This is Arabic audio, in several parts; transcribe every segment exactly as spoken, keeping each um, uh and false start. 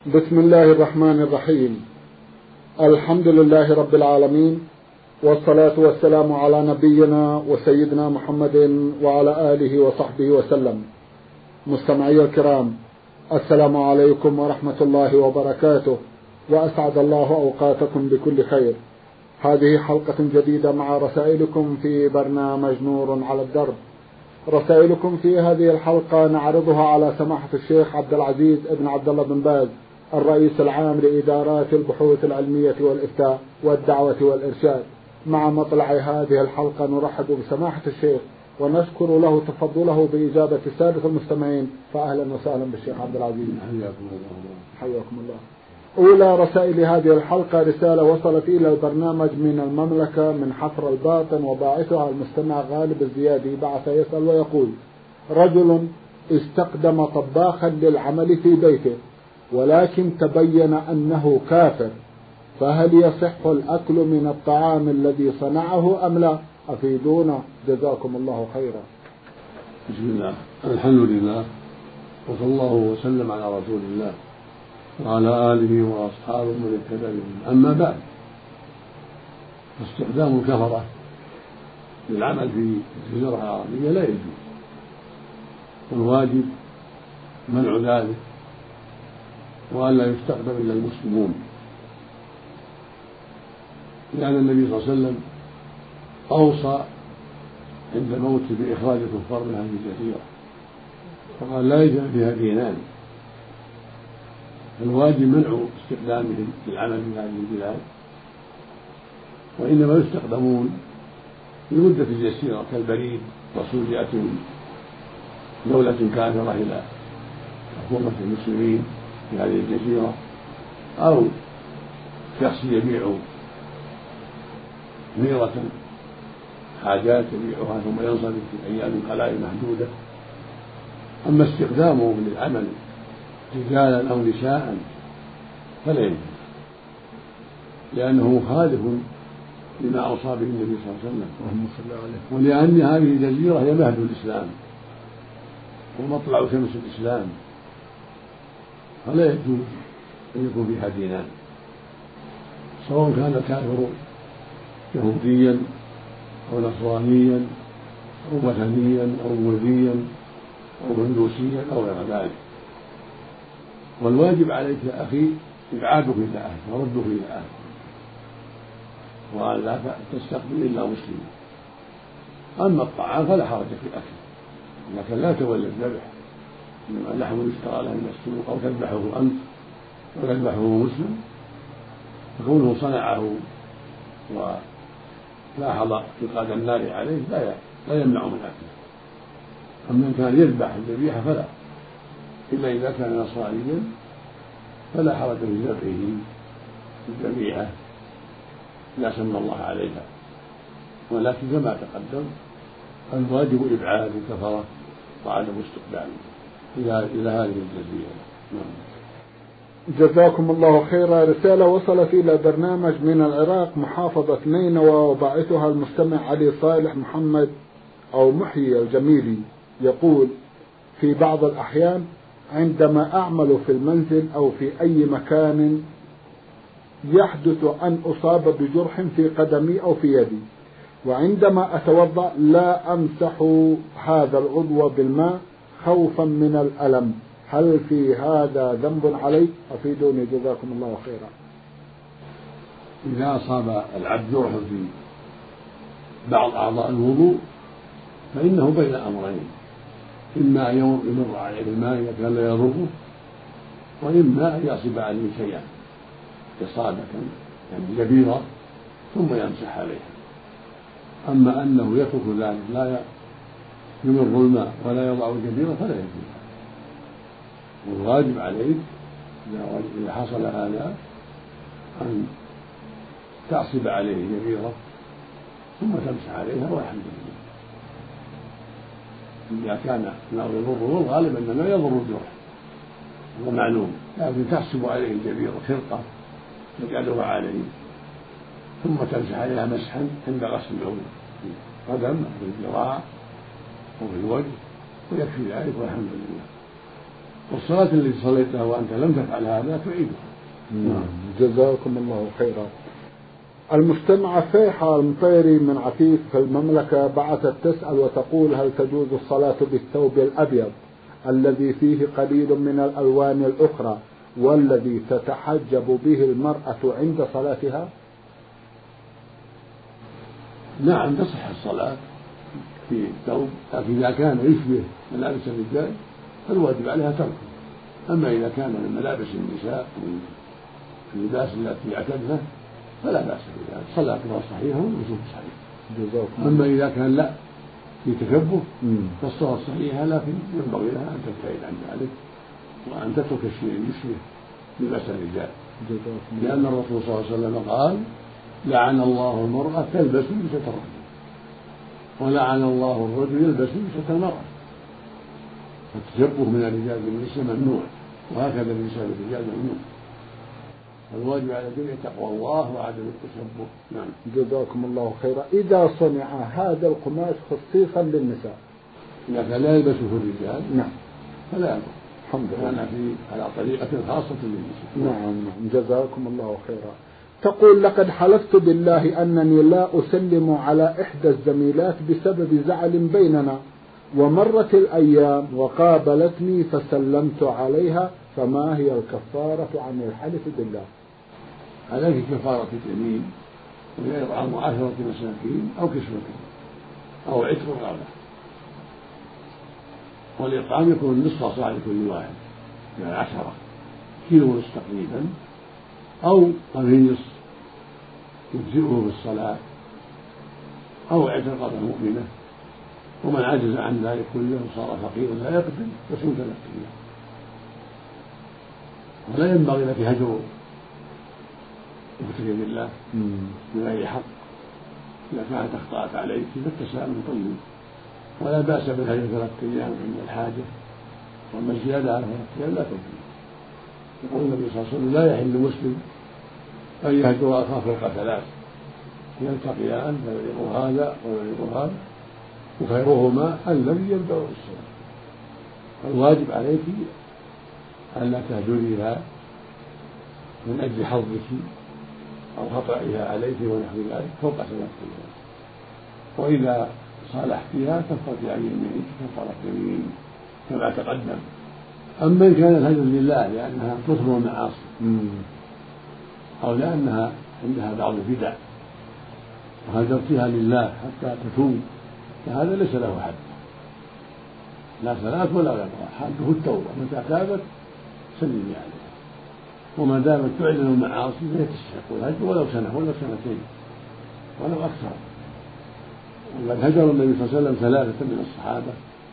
بسم الله الرحمن الرحيم. الحمد لله رب العالمين، والصلاة والسلام على نبينا وسيدنا محمد وعلى آله وصحبه وسلم. مستمعي الكرام، السلام عليكم ورحمة الله وبركاته، وأسعد الله أوقاتكم بكل خير. هذه حلقة جديدة مع رسائلكم في برنامج نور على الدرب. رسائلكم في هذه الحلقة نعرضها على سماحة الشيخ عبد العزيز ابن عبد الله بن باز، الرئيس العام لإدارات البحوث العلمية والإفتاء والدعوة والإرشاد. مع مطلع هذه الحلقة نرحب بسماحة الشيخ ونشكر له تفضله بإجابة السادة المستمعين، فأهلا وسهلا بالشيخ عبد العزيز. حياكم الله. حياكم الله. أولى رسائل هذه الحلقة رسالة وصلت إلى البرنامج من المملكة من حفر الباطن، وباعثها المستمع غالب الزيادي. بعث يسأل ويقول: رجل استقدم طباخا للعمل في بيته، ولكن تبين أنه كافر، فهل يصح الأكل من الطعام الذي صنعه أم لا؟ أفيدونا جزاكم الله خيرا. بسم الله، الحمد لله، وصلى الله وسلم على رسول الله وعلى آله وأصحابه من اهتدى بهم. أما بعد، فاستخدام الكفرة للعمل في الجزيرة العربية لا يجوز، والواجب منع ذلك، وألا يستخدم إلا المسلمون، لأن النبي صلى الله عليه وسلم أوصى عند الموت بإخراج الكفار من هذه الجزيرة، فقال: لا يجب فيها دينان. الواجب منع استخدامهم للعمل في هذه البلاد، وإنما يستخدمون لمدة يسيرة كالبريد. رسول يأتي من دولة كافرة إلى حكومة المسلمين في هذه الجزيرة، أو شخص يبيع ميرة حاجات يبيعها ثم ينصرف في أيام قلائل محدودة. أما استخدامهم للعمل رجالا أو نساء فلا يجوز، لأنه مخالف لما أوصى به النبي صلى الله عليه وسلم، ولأن هذه الجزيرة هي مهد الإسلام ومطلع شمس الإسلام، فلا يجوز أن يكون فيها دينان، سواء كان الكافر يهوديا أو نصرانيا أو وثنيا أو بوذيا أو هندوسيا أو غير ذلك. والواجب عليك يا أخي إبعادك إلى أهله وردك إلى أهله، وأن لا تستقبل إلا مسلما. أما الطعام فلا حرج في الأكل، لكن لا تولى الذبح، إنما لحم يشترى له من السوق أو تذبحه أنت وتذبحه مسلم، فكونه صنعه ولاحظ إيقاد النار عليه لا لا يمنع من أكله. أما إن كان يذبح الذبيحة فلا، إلا إذا كان نصرانيا فلا حرج في ذبحه الذبيحة لا سمى الله عليها، ولكن كما تقدم الواجب إبعاد الكفرة وعدم استقبالهم إلى إلى هذه الجزيرة. جزاكم الله خيرا. رسالة وصلت إلى برنامج من العراق محافظة نينوى، وباعثها المستمع علي صالح محمد أو محيي الجميلي. يقول: في بعض الأحيان عندما أعمل في المنزل أو في أي مكان يحدث أن أصاب بجرح في قدمي أو في يدي، وعندما أتوضأ لا أمسح هذا العضو بالماء خوفا من الألم، هل في هذا ذنب علي؟ أفيدوني جزاكم الله خيرا. إذا أصاب العبد جرح في بعض أعضاء الوضوء فإنه بين أمرين: إما أن يمر عليه الماء إذا كان لا يضره، وإما أن يصب عليه شيئا إصابة يعني جبيرة ثم يمسح عليها. أما أنه يترك ذلك لا يمر الماء ولا يضع جبيرة فلا يجوز. والواجب عليك إذا حصل هذا أن تعصب عليه جبيرة ثم تمسح عليها والحمد لله. إذا كان الماء يضره، الغالب أن ما يضر الجرح هو معلوم، لكن تحسب عليه الجبيرة خرقة تجعلها عليه ثم تمسح عليها مسحا عند غسل العضو في القدم أو في الذراع أو في الوجه، ويكفي ذلك والحمد لله. والصلاة التي صليتها وأنت لم تفعل هذا تعيدها. نعم جزاكم الله خيرا. المجتمع فيحة المطيري من عفيف في المملكة بعثت تسأل وتقول: هل تجوز الصلاة بالثوب الأبيض الذي فيه قليل من الألوان الأخرى والذي تتحجب به المرأة عند صلاتها؟ نعم تصح الصلاة في الثوب، لكن إذا كان يشبه ملابس الرجال فالواجب عليها تركه. أما إذا كان من ملابس النساء من اللباس التي يعتدنه فلا بأس بذلك، صلاتها صحيحة والوجوب صحيح. أما إذا كان لا في تشبه فالصلاة صحيحة، لكن ينبغي لها أن تبتعد عن ذلك وأن تترك الشيء يشبه لباس الرجال، لأن الرسول صلى الله عليه وسلم قال: لعن الله المرأة تلبس لبسة الرجل، ولعن الله الرجل يلبس لبسة المرأة. فالتشبه من الرجال بالنساء ممنوع، وهكذا النساء بالرجال ممنوع. الواجب على الجميع تقوى الله وعدم التشبه. نعم جزاكم الله خيرا. إذا صنع هذا القماش خصيصا للنساء، إذا كان لا يلبسه الرجال نعم فلا يضر، الحمد لله، كان في على طريقة خاصة للنساء. نعم نعم جزاكم الله خيرا. تقول: لقد حلفت بالله أنني لا أسلم على إحدى الزميلات بسبب زعل بيننا، ومرت الأيام وقابلتني فسلمت عليها، فما هي الكفارة عن الحلف بالله؟ عليك كفارة اليمين، وهي إطعام عشرة مساكين أو كسوتهم أو عتق رقبة، والإطعام يكون نصف صاع لكل واحد يعني عشرة كيلو ونصف تقريبا، أو قميص يجزئه بالصلاة، أو عتق رقبة مؤمنة. ومن عجز عن ذلك كله وصار فقيرا لا يقدر يصوم ثلاثة أيام. ولا ينبغي لك هجر مبتغي بالله من أي حق، إذا كانت أخطأت عليك فالتسامح طيب، ولا بأس بالهجر ثلاثة أيام عند الحاجة، وأما الزيادة على ثلاثة أيام لا تجوز. يقول النبي صلى الله عليه وسلم: لا يحل مسلم أن يهجر أخاه فوق ثلاث، يلتقيان فيعرض هذا ويعرض هذا وخيرهما الذي يبدأ بالصلاة. الواجب عليك ألا تهجريها من أجل حظك أو خطئها عليك ونحو ذلك فوق ثلاثة أيام، وإذا صالحتها كفرت عن يمينك كفارة يمين كما تقدم. أما إن كان الهجر لله لأنها تظهر المعاصي أو لأنها عندها بعض البدع وهجرتها لله حتى تتوب فهذا ليس له حد، لا صلاة ولا غيرها، حده التوبة، متى تابت سلمي عليها، وما دامت تعلن المعاصي فهي تستحق الهجر ولو سنة ولو سنتين ولو أكثر. وقد هجر النبي صلى الله عليه وسلم ثلاثة من الصحابة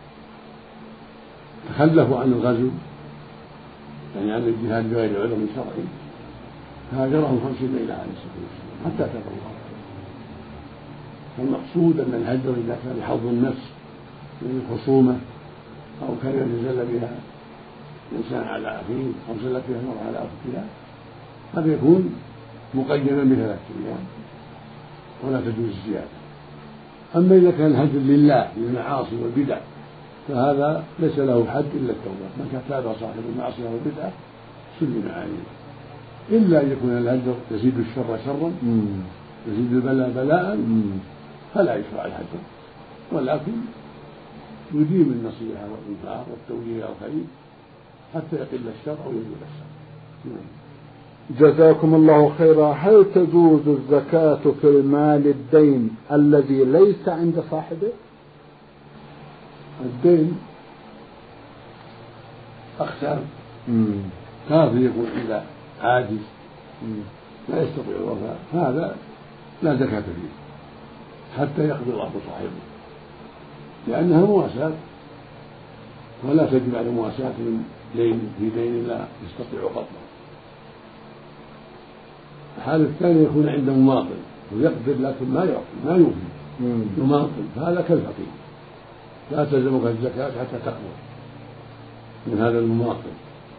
تخلفوا عن الغزو يعني عن الجهاد بغير عذر شرعي، فهاجرهم خمسين ليلة عليه الصلاة والسلام حتى تاب الله. فالمقصود أن الهجر إذا كان لحظ النفس من الخصومة أو كان يتزل بها الإنسان على أخيه أو زلت بها المرأة على أختها هذا يكون مقيدا بثلاثة أيام ولا تجوز الزيادة. أما إذا كان الهجر لله للمعاصي والبدع فهذا ليس له حد إلا التوبة، من تاب صاحب المعصية والبدعة سلم عليه، إلا أن يكون الهجر يزيد الشر شرا يزيد البلاء بلاء فلا يشرع الهجر، ولكن يديم النصيحة والإنفاق والتوجيه إلى الخير حتى يقل الشر أو يزول الشر. جزاكم الله خيرا. هل تجوز الزكاة في المال الدين الذي ليس عند صاحبه؟ الدين أقسام، كافر يكون إذا عاجز لا يستطيع الوفاء هذا لا زكاة فيه حتى يقضي الله صاحبه، لأنها مواساة ولا تجب على مواساة من دين في دين لا يستطيع قضاءه. الحالة الثانية يكون عند مماطل ويقدر لكن ما يعطي ما يوفي يماطل، فهذا كالفقير لا تلزمك الزكاة حتى تقبض من هذا المماطل.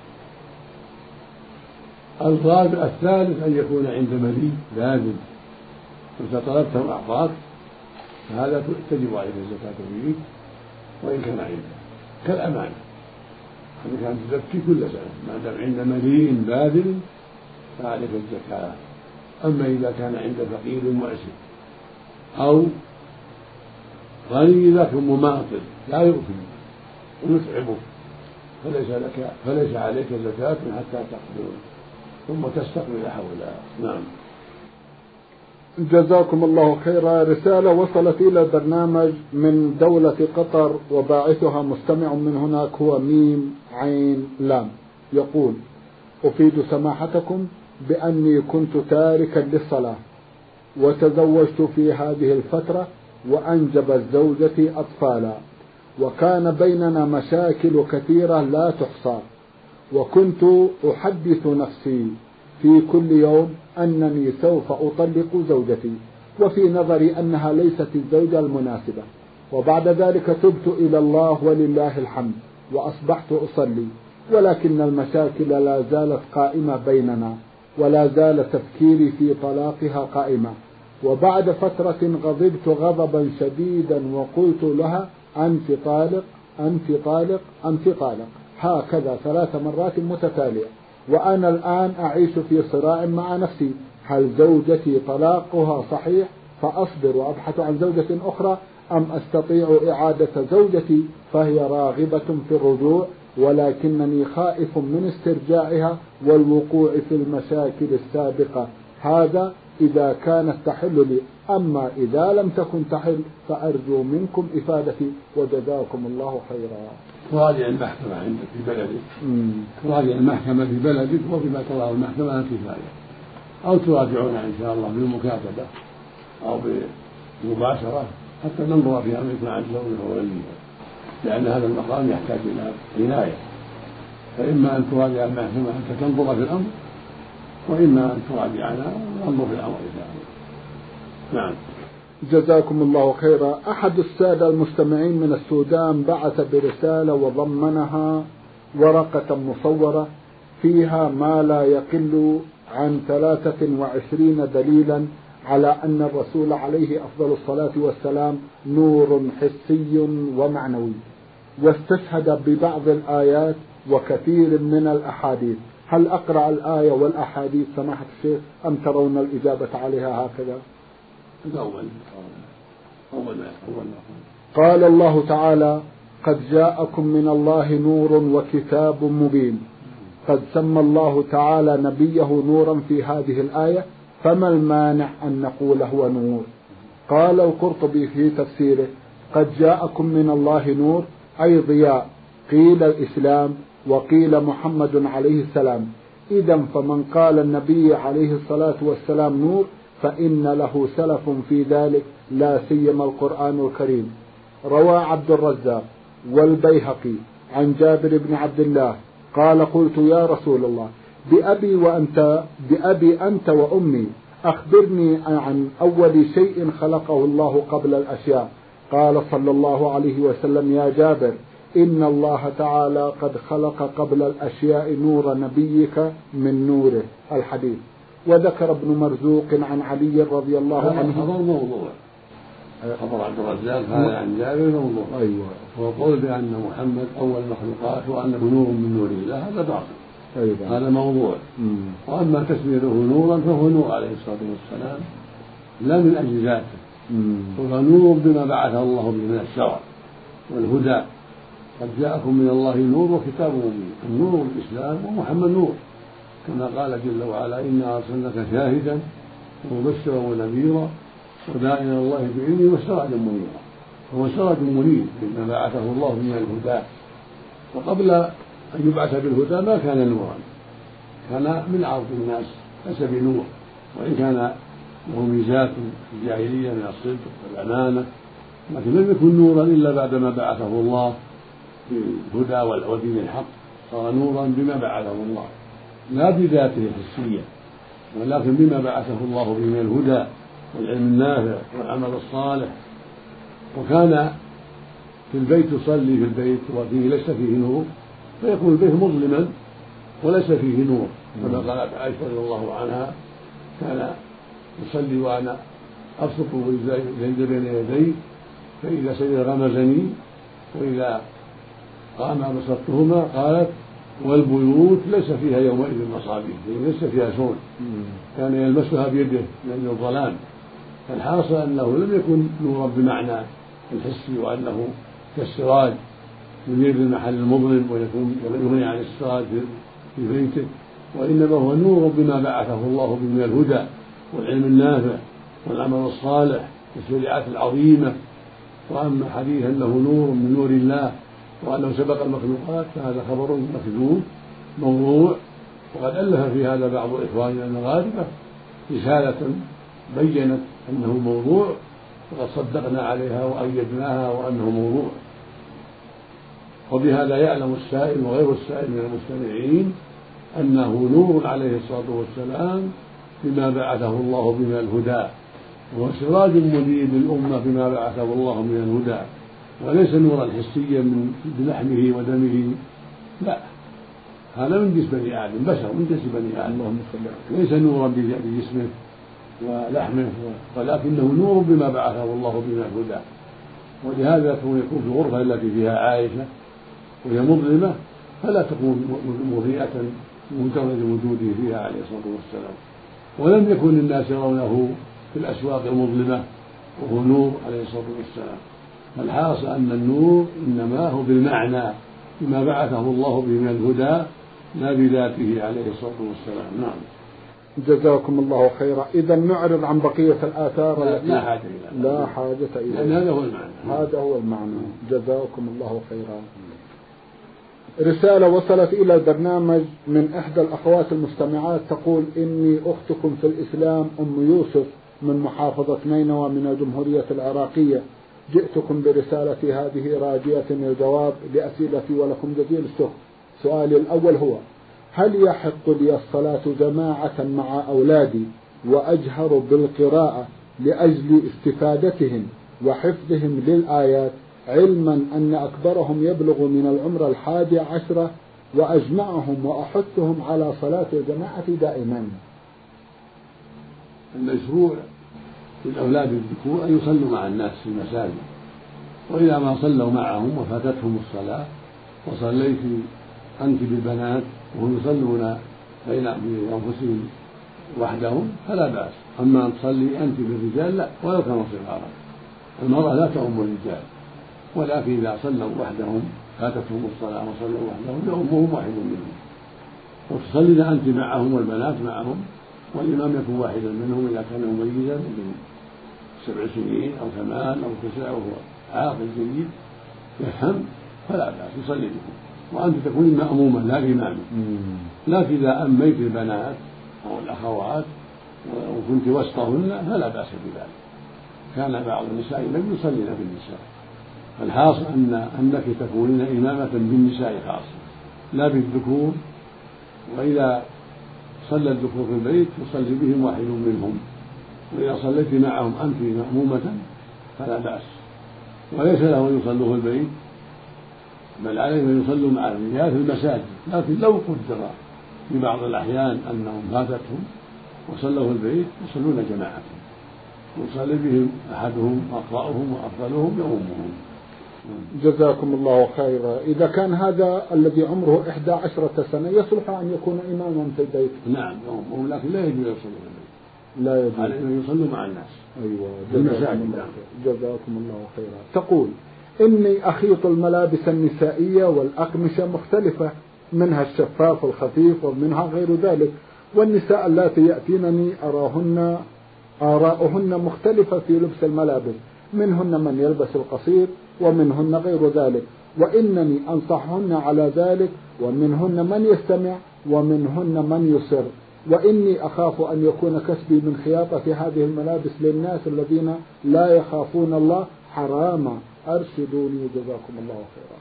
الرابع الثالث أن يكون عند مليء لازم إذا طلبته أعطاك فهذا تجب عليك الزكاة فيه وإن كان عنده، كالأمانة إذا كانت تزكي كل سنة ما دام عند مليء باذل فعليك الزكاة. أما إذا كان عند فقير معسر أو غني لكن مماطل لا يؤكل ويتعبه فليس لك فليس عليك زكاة حتى تقبل ثم تستقبل حولها. نعم. جزاكم الله خيرا. رسالة وصلت إلى البرنامج من دولة قطر وباعثها مستمع من هناك هو ميم عين لام، يقول: أفيد سماحتكم بأني كنت تاركا للصلاة وتزوجت في هذه الفترة وأنجبت زوجتي أطفالا، وكان بيننا مشاكل كثيرة لا تحصى، وكنت أحدث نفسي في كل يوم أنني سوف أطلق زوجتي، وفي نظري أنها ليست الزوجة المناسبة، وبعد ذلك تبت إلى الله ولله الحمد وأصبحت أصلي، ولكن المشاكل لا زالت قائمة بيننا، ولا زال تفكيري في طلاقها قائمة. وبعد فترة غضبت غضبا شديدا وقلت لها: أنت طالق أنت طالق أنت طالق، هكذا ثلاث مرات متتالية، وأنا الآن أعيش في صراع مع نفسي، هل زوجتي طلاقها صحيح فأصبر وأبحث عن زوجة أخرى، أم أستطيع إعادة زوجتي فهي راغبة في الرجوع، ولكنني خائف من استرجاعها والوقوع في المشاكل السابقة، هذا إذا كانت تحل لي، أما إذا لم تكن تحل فأرجو منكم إفادتي وجزاكم الله خيرا. تراجع المحكمة عندك في بلدك، تراجع المحكمة في بلدك وفيما تراه المحكمة الكفاية، أو تراجعون إن شاء الله بالمكاتبة أو بالمباشرة حتى ننظر في أمركم عن زوجها ووليها، لأن هذا المقام يحتاج إلى عناية، فإما أن تراجع المحكمة حتى تنظر في الأمر، وإما أن تراجعنا وننظر في الأمر إن شاء الله. نعم. جزاكم الله خيرا. أحد السادة المستمعين من السودان بعث برسالة وضمنها ورقة مصورة فيها ما لا يقل عن ثلاثة وعشرين دليلا على أن الرسول عليه أفضل الصلاة والسلام نور حسي ومعنوي، واستشهد ببعض الآيات وكثير من الأحاديث. هل أقرأ الآية والأحاديث سماحة الشيخ أم ترون الإجابة عليها هكذا؟ أول أول أول قال الله تعالى: قد جاءكم من الله نور وكتاب مبين. قد سمى الله تعالى نبيه نورا في هذه الآية، فما المانع أن نقول هو نور؟ قال القرطبي في تفسيره: قد جاءكم من الله نور أي ضياء، قيل الإسلام وقيل محمد عليه السلام. إذن فمن قال النبي عليه الصلاة والسلام نور فإن له سلف في ذلك، لا سيما القرآن الكريم. روى عبد الرزاق والبيهقي عن جابر بن عبد الله قال: قلت يا رسول الله بأبي وأنت بأبي أنت وأمي أخبرني عن أول شيء خلقه الله قبل الأشياء. قال صلى الله عليه وسلم: يا جابر، إن الله تعالى قد خلق قبل الأشياء نور نبيك من نوره. الحديث. وذكر ابن مرزوق عن علي رضي الله عنه. هذا موضوع خبر عبد الرزاق هذا عن جابر موضوع. أيوة. وقول بأن محمد أول المخلوقات وأنه نور من نور الله هذا باطل. أيوة. هذا موضوع. مم. وأما تسميته نورا فهو نور عليه الصلاة والسلام لا من أجل ذاته، هو نور بما بعثه الله به من الشرع والهدى. قد جاءكم من الله نور وكتاب مبين. النور الإسلام ومحمد نور، كما قال جل وعلا: إنا أرسلناك شاهدا ومبشرا ونذيرا وداعيا إلى الله بإذنه وسراجا منيرا. هو سراج منير بما بعثه الله من الهدى، وقبل أن يبعث بالهدى ما كان نورا، كان من عرض الناس ليس بنور، وإن كان له ميزات في الجاهلية من الصدق والأمانة، لكن لم يكن نورا إلا بعدما بعثه الله بالهدى ودين الحق، صار نورا بما بعثه الله لا بذاته الحسية، ولكن بما بعثه الله به من الهدى والعلم النافع والعمل الصالح. وكان في البيت يصلي في البيت وفيه ليس فيه نور، فيكون البيت مظلما وليس فيه نور، كما قالت عائشة رضي الله عنها: كان يصلي وأنا أبسط الزيد بين يدي، فإذا سجد غمزني، وإذا قال ما بسطتهما قالت والبيوت ليس فيها يومئذ مصابيح ليس فيها سور كان يلمسها بيده من الظلام. فالحاصل أنه لم يكن نورا بمعنى الحسي وأنه كالسراج ينير المحل المظلم ويكون يغني عن السراج في بيته، وإنما هو نور بما بعثه الله به من الهدى والعلم النافع والعمل الصالح والشريعات العظيمة. وأما حديث أنه نور من نور الله وأنه سبق المخلوقات فهذا خبر مكذوب موضوع. وقد ألف في هذا بعض إخواننا المغاربة رسالة بيّنت أنه موضوع وقد صدقنا عليها وأيدناها وأنه موضوع. وبهذا يعلم السائل وغير السائل من المستمعين أنه نور عليه الصلاة والسلام بما بعثه الله به من الهدى، وهو سراج مبين للأمة بما بعثه الله من الهدى، وليس نورا حسيا من بلحمه ودمه، لا، هذا من جسم بني آدم، بشر من جسم بني آدم، ليس نورا بجسمه ولحمه، ولكنه نور بما بعثه الله به من الهدى. ولهذا يكون في الغرفة التي فيها عائشة وهي مظلمة فلا تكون مضيئة بمجرد وجوده فيها عليه الصلاة والسلام. ولم يكن الناس يرونه في الأسواق المظلمة وهو نور عليه الصلاة والسلام. فالحاصل أن النور إنما هو بالمعنى بما بعثه الله به من الهدى لا بذاته عليه الصلاة والسلام. نعم. جزاكم الله خيرا. إذا نعرض عن بقية الآثار لا, لا حاجة إلى لا حاجة إلى لأن هذا هو المعنى. هذا هو المعنى. جزاكم الله خيرا. رسالة وصلت إلى البرنامج من إحدى الأخوات المستمعات تقول: إني أختكم في الإسلام أم يوسف من محافظة نينوى من الجمهورية العراقية، جئتكم برسالتي هذه راجية الجواب لأسئلتي ولكم جزيل الشكر. سؤالي الأول هو: هل يحق لي الصلاة جماعة مع أولادي وأجهر بالقراءة لأجل استفادتهم وحفظهم للآيات، علما أن أكبرهم يبلغ من العمر الحادي عشرة وأجمعهم وأحثهم على صلاة الجماعة دائما؟ المشروع للأولاد الذكور أن يصلوا مع الناس في المساجد، وإذا ما صلوا معهم وفاتتهم الصلاة وصليت أنت بالبنات وهم يصلون بين أنفسهم وحدهم فلا بأس. أما أن تصلي أنت بالرجال لا، ولو كانوا صغارا. المرأة لا تؤم الرجال، ولكن إذا صلوا وحدهم فاتتهم الصلاة وصلوا وحدهم يؤمهم واحد منهم، وتصلي أنت معهم والبنات معهم، والإمام يكون واحدا منهم إذا كان مميزا من سبع سنين أو ثمان أو تسع وهو عاقل جيد يفهم فلا بأس يصلي بكم، وأنت تكونين مأموما لا إماما. لكن إذا أميت البنات أو الأخوات وكنت وسطهن فلا بأس بذلك. كان بعض النساء لم يصلين بالنساء. الحاصل أن أنك تكونين إمامة بالنساء خاصة لا بالذكور، وإذا صلى الذكور في البيت يصلي بهم واحد منهم، وإذا صليت معهم أنت مأمومة فلا بأس. وليس له أن يصلوا في البيت، بل عليهم أن يصلوا مع الرجال في المساجد. لكن لو قدر في بعض الأحيان أنهم فاتتهم وصلوا في البيت يصلون جماعة، ويصلي بهم أحدهم أقرأهم وأفضلهم يؤمهم. جزاكم الله خيرا. إذا كان هذا الذي عمره إحدى عشرة سنة يصلح أن يكون إماما في البيت؟ نعم يؤمهم، لكن لا يجوز يصلي في البيت، لا يجوز، عليهم أن يصلوا مع الناس. أيوة. جزاكم الله, جزاكم الله خيرا. تقول: إني أخيط الملابس النسائية والأقمشة مختلفة، منها الشفاف والخفيف ومنها غير ذلك، والنساء اللاتي يأتينني أراهن آراؤهن مختلفة في لبس الملابس، منهن من يلبس القصير ومنهن غير ذلك، وإنني أنصحهن على ذلك، ومنهن من يستمع ومنهن من يصر، وإني أخاف أن يكون كسبي من خياطة هذه الملابس للناس الذين لا يخافون الله حراما، أرشدوني جزاكم الله خيرا.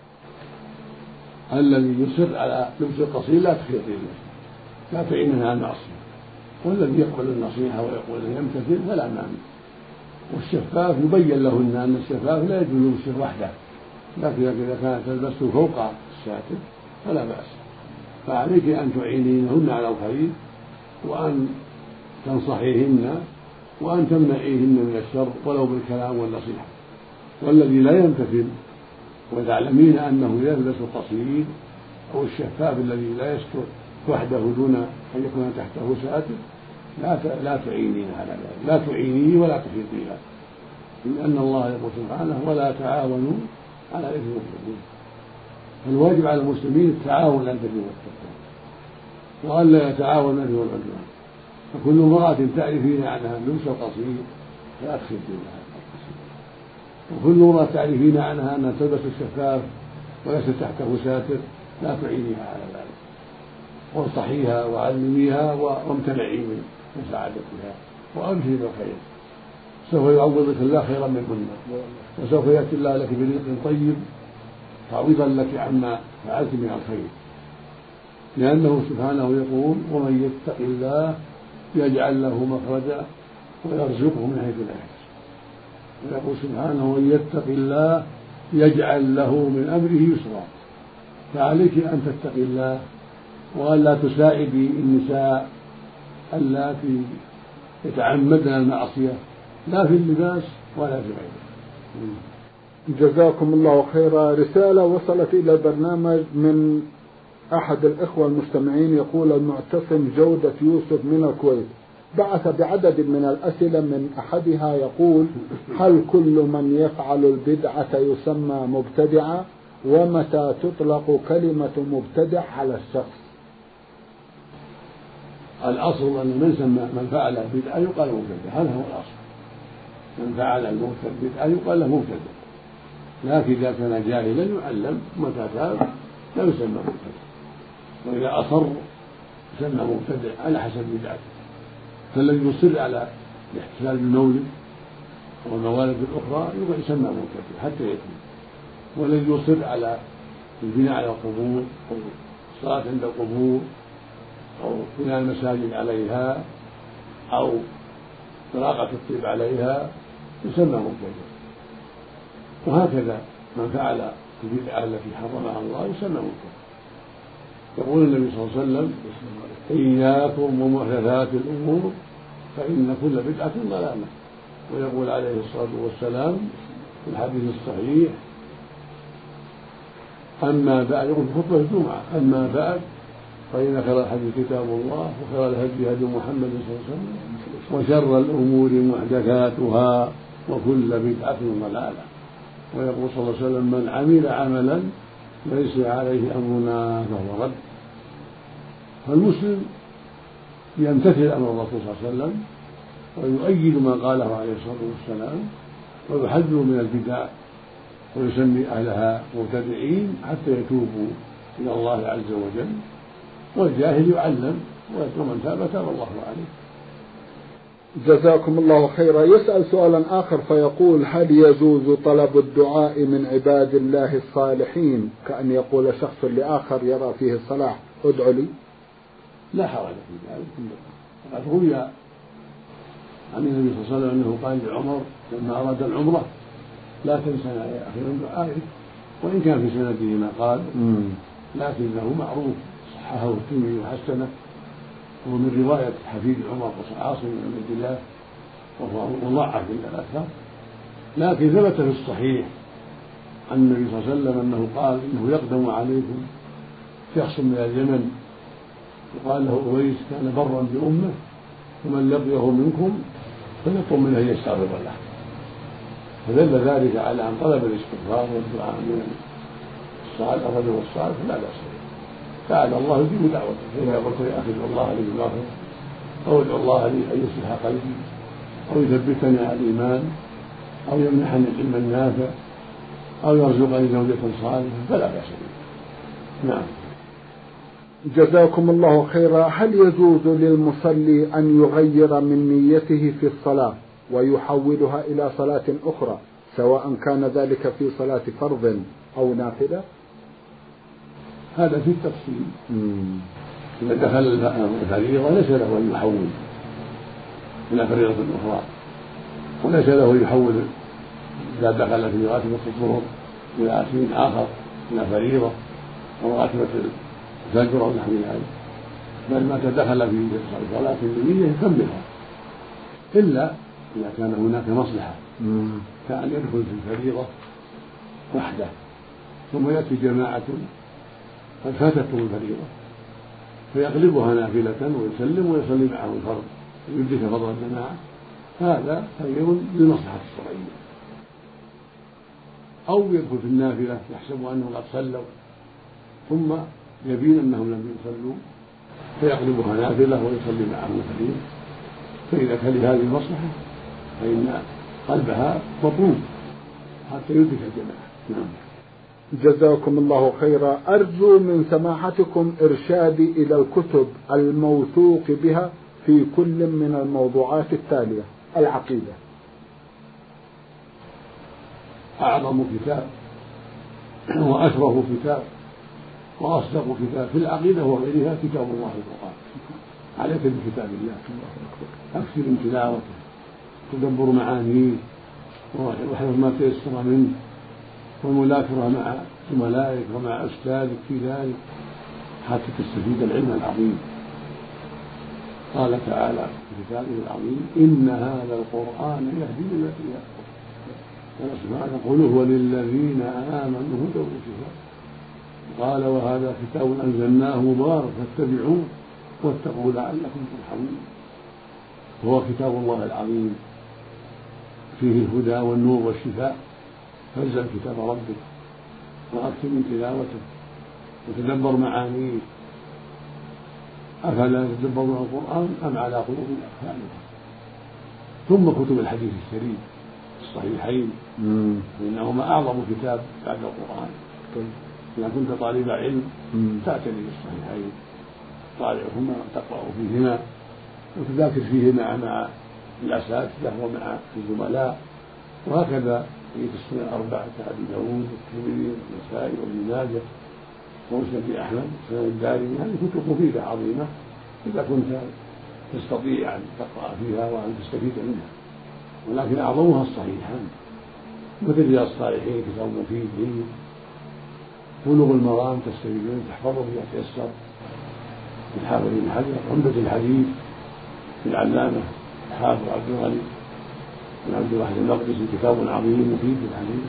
الذي يصر على لبس القصير لا تخيطين لا تعينها على المعصية، والذي يقبل النصيحة ويقول يمتثل فلا مانع. والشفاف يبين لهن أن الشفاف لا يجوز لبسه وحده، لكن إذا كانت تلبسه فوق الساتر فلا بأس. فعليك أن تعينيهن على الخير، وأن تنصحيهن، وأن تمنعيهن من الشر ولو بالكلام والنصيحة. والذي لا يمتثل وتعلمين أنه يلبس القصير أو الشفاف الذي لا يستر وحده دون أن يكون تحته ساتر لا لا تعينين على ذلك، لا تعينيه ولا تحيطي له، لأن الله يقول سبحانه ولا تعاونوا على الإثم والعدوان. فالواجب على المسلمين التعاون على البر والتقوى وألا يتعاون الإثم والعدوان. فكل امرأة تعرفين عنها لبس القصير فلا تخفين لها القصير، وكل امرأة تعرفين عنها أنها تلبس الشفاف وليس تحته ساتر لا تعينيها على ذلك، وانصحيها وعلميها وامتنعي من مساعدتها وأبشري بالخير، سوف يعوضك الله خيرا منهن، وسوف يأتي الله لك برزق طيب تعويضا لك عما فعلت من الخير، لأنه سبحانه يقول ومن يتق الله يجعل له مخرجا ويرزقه من حيث لا يحتسب. ويقول سبحانه ومن يتق الله يجعل له من أمره يسرا. فعليك أن تتقي الله وألا تساعدي النساء اللاتي يتعمدن المعصية لا في اللباس ولا في غيره. جزاكم الله خيرا. رسالة وصلت إلى البرنامج من أحد الإخوة المستمعين يقول المعتصم جودة يوسف من الكويت بعث بعدد من الأسئلة، من أحدها يقول هل كل من يفعل البدعة يسمى مبتدعا؟ ومتى تطلق كلمة مبتدع على الشخص؟ الأصل أن من سمى من فعل بدعة يقال مبتدع، هذا هو الأصل، من فعل البدعة يقال له مبتدع، لكن إذا كان جاهلا يعلم متى تاب لا يسمى مبتدع، وإذا أصر يسمى مبتدع على حسب بدعته. فالذي يصر على الاحتفال بالمولد والموالد الأخرى يسمى مبتدع حتى يتم، والذي يصر على البناء على القبور أو الصلاة عند القبور أو بناء المساجد عليها أو إراقة الطيب عليها يسمى مبتدع. وهكذا من فعل البدعة التي حرمها الله يسمى مبتدع. يقول النبي صلى الله عليه وسلم إياكم ومحدثات الأمور فإن كل بدعة ضلالة. ويقول عليه الصلاة والسلام في الحديث الصحيح أما بعد، يقول في خطبة الجمعة أما بعد فإن خير الحديث كتاب الله وخير الهدي هدي محمد صلى الله عليه وسلم وشر الأمور محدثاتها وكل بدعة ضلالة. ويقول صلى الله عليه وسلم من عمل عملا ليس عليه أمرنا فهو رد. فالمسلم يمتثل أمر الرسول صلى الله عليه وسلم ويؤيد ما قاله عليه الصلاة والسلام ويحذر من البدع ويسمي أهلها مبتدعين حتى يتوبوا إلى الله عز وجل، والجاهل يعلم ومن تاب تاب الله عليه. جزاكم الله خيرا. يسأل سؤالا آخر فيقول هل يجوز طلب الدعاء من عباد الله الصالحين كأن يقول شخص لآخر يرى فيه الصلاح ادعو لي؟ لا حرج في ذلك. وقد روي عن النبي صلى الله عليه وسلم أنه قال لعمر لما أراد العمرة لا تنسنا يا أخي من دعائك، وإن كان في سنده ما قال لكنه معروف صححه الترمذي وحسنه، وهو من رواية حفيد عمر عاصم بن عبد الله وهو مضاعف عند الأكثر، لكن ثبت في الصحيح عن النبي صلى الله عليه وسلم أنه قال إنه يقدم عليكم شخص من اليمن يقال له أويس كان برا بأمه، ومن لقيه منكم فليطلب منه أن يستغفر له، فدل ذلك على أن طلب الاستغفار والدعاء من الصالح الرجل الصالح لا بأس به، تعالى الله يجيب دعوته. فإذا قلت يا أخي ادعو الله لي بالمغفرة أو ادعو الله لي أن يصلح قلبي أو يثبتني على الإيمان أو يمنحني العلم النافع أو يرزقني زوجة صالحة فلا بأس به. نعم. جزاكم الله خيرا. هل يجوز للمصلي أن يغير من نيته في الصلاة ويحولها إلى صلاة أخرى سواء كان ذلك في صلاة فرض أو نافلة؟ هذا في التفصيل. إذا دخل الفريضة ليس له أن يحول إلى فريضة أخرى، وليس له يحول إذا دخل في راتبة الظهر إلى عشرين آخر إلى فريضة أو راتبة الفجر أو نحو ذلك، بل ما تدخل في صلاة النية يكملها، إلا إذا كان هناك مصلحة كأن يدخل في الفريضة وحده ثم يأتي جماعة قد فاتتهم الفريضة فيقلبها نافلة ويسلم ويصلي معهم الفرض ويدرك فضل الجماعة، هذا خير للمصلحة الشرعية. أو يدخل في النافلة يحسب أنهم قد صلوا ثم يبين أنهم لم يصلوا فيقلبها نافلة ويصلي معهم الفريضة، فإذا كان لهذه المصلحة فإن قلبها مطلوب حتى يدرك الجماعة. نعم. جزاكم الله خيرا. أرجو من سماحتكم إرشادي إلى الكتب الموثوق بها في كل من الموضوعات التالية: العقيدة. أعظم كتاب وأشرف كتاب وأصدق كتاب في العقيدة وغيرها كتاب الله القرآن. عليك بكتاب الله، أكثر من تلاوته، تدبر معانيه وحفظ ما تيسر منه، والمذاكرة مع زملائك ومع أستاذك في ذلك حتى تستفيد العلم العظيم. قال تعالى في كتابه العظيم: إن هذا القرآن يهدي للتي هي أقوم. سبحانه قل هو للذين آمنوا هدى وشفاء. قال: وهذا كتاب أنزلناه مبارك فاتبعوه واتقوا لعلكم ترحمون. هو كتاب الله العظيم فيه الهدى والنور والشفاء، فالزم كتاب ربك وأكثر من تلاوته وتدبر معانيه. أفلا يتدبرون القرآن أم على قلوب أقفالها؟ ثم كتب الحديث الشريف الصحيحين فإنهما أعظم كتاب بعد القرآن. إذا كنت طالب علم تعتني بالصحيحين، طالعهما وتقرأ فيهما وتذاكر فيهما مع الأساتذة ومع الزملاء، وهكذا في السنن الأربعة كأبي داود والترمذي والنسائي وابن ماجه ومسند أحمد وسنن الدارمي. هذه كتب مفيدة عظيمة إذا كنت تستطيع أن تقرأ فيها وأن تستفيد منها، ولكن أعظمها الصحيحان. مثل رياض الصالحين كتاب مفيد جيد، بلوغ المرام تستفيد منه تحفظه يتيسر، الحافظ بن حجر عمدة الحديث للعلامة الحافظ عبد الغني بن عبد الواحد المقدسي كتاب عظيم مفيد في الحديث.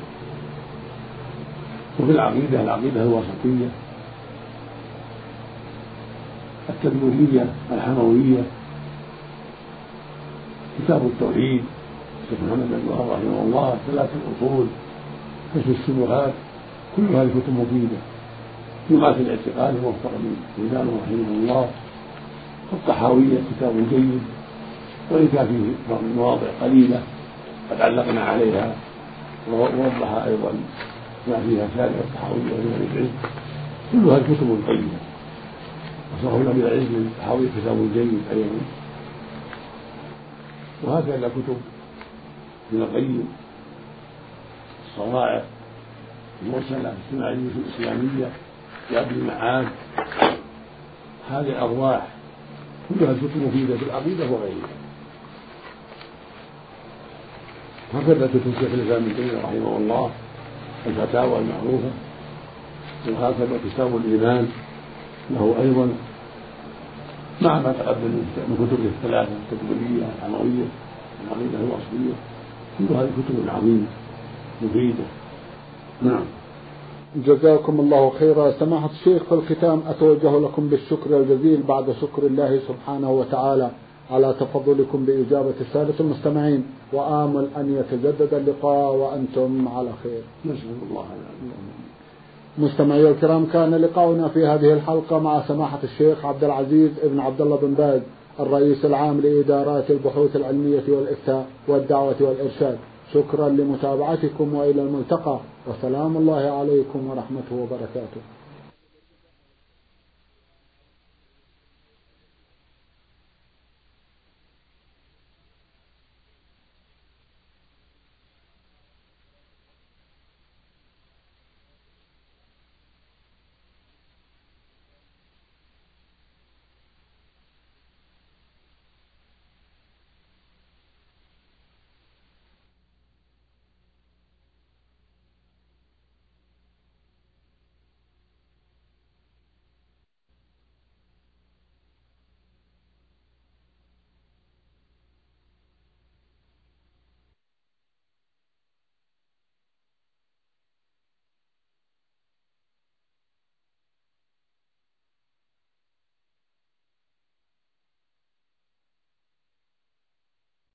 وفي العقيدة العقيدة الوسطية التدمرية الحموية، كتاب التوحيد الشيخ محمد بن عبد الوهاب رحمه الله، ثلاث الأصول، كشف الشبهات، كل هذه كتب مفيدة. لغاية الاعتقاد موفق بن هلال رحمه الله. الطحاوية كتاب جيد وإن كان فيه مواضع قليلة قد علقنا عليها ووضح أيضا ما فيها شارع الطحاوية ومن العلم. كلها كتب قيمة. وصحه من العلم الطحاوية كتاب جيد أيضا. وهكذا كتب ابن القيم الصواعق المرسلة السماعية الإسلامية لأبي المعاد، هذه الأرواح كلها كتب مفيدة في العقيدة وغيرها. هكذا كتب شيخ الإسلام ابن تيمية رحمه الله الفتاوى المعروفة، وهكذا كتاب الإيمان له أيضا مع ما تقدم من كتبه الثلاثة التدبرية الحموية العقيدة الوصفية. كل هذه كتب عظيمة مفيدة. نعم. جزاكم الله خيرا. سماحة الشيخ، في الختام أتوجه لكم بالشكر الجزيل بعد شكر الله سبحانه وتعالى على تفضلكم بإجابة السادة المستمعين، وآمل أن يتجدد اللقاء وأنتم على خير. نسأل الله. مستمعي الكرام، كان لقاؤنا في هذه الحلقة مع سماحة الشيخ عبد العزيز ابن عبد الله بن باز، الرئيس العام لإدارات البحوث العلمية والإفتاء والدعوة والإرشاد. شكرا لمتابعتكم وإلى الملتقى، وسلام الله عليكم ورحمته وبركاته.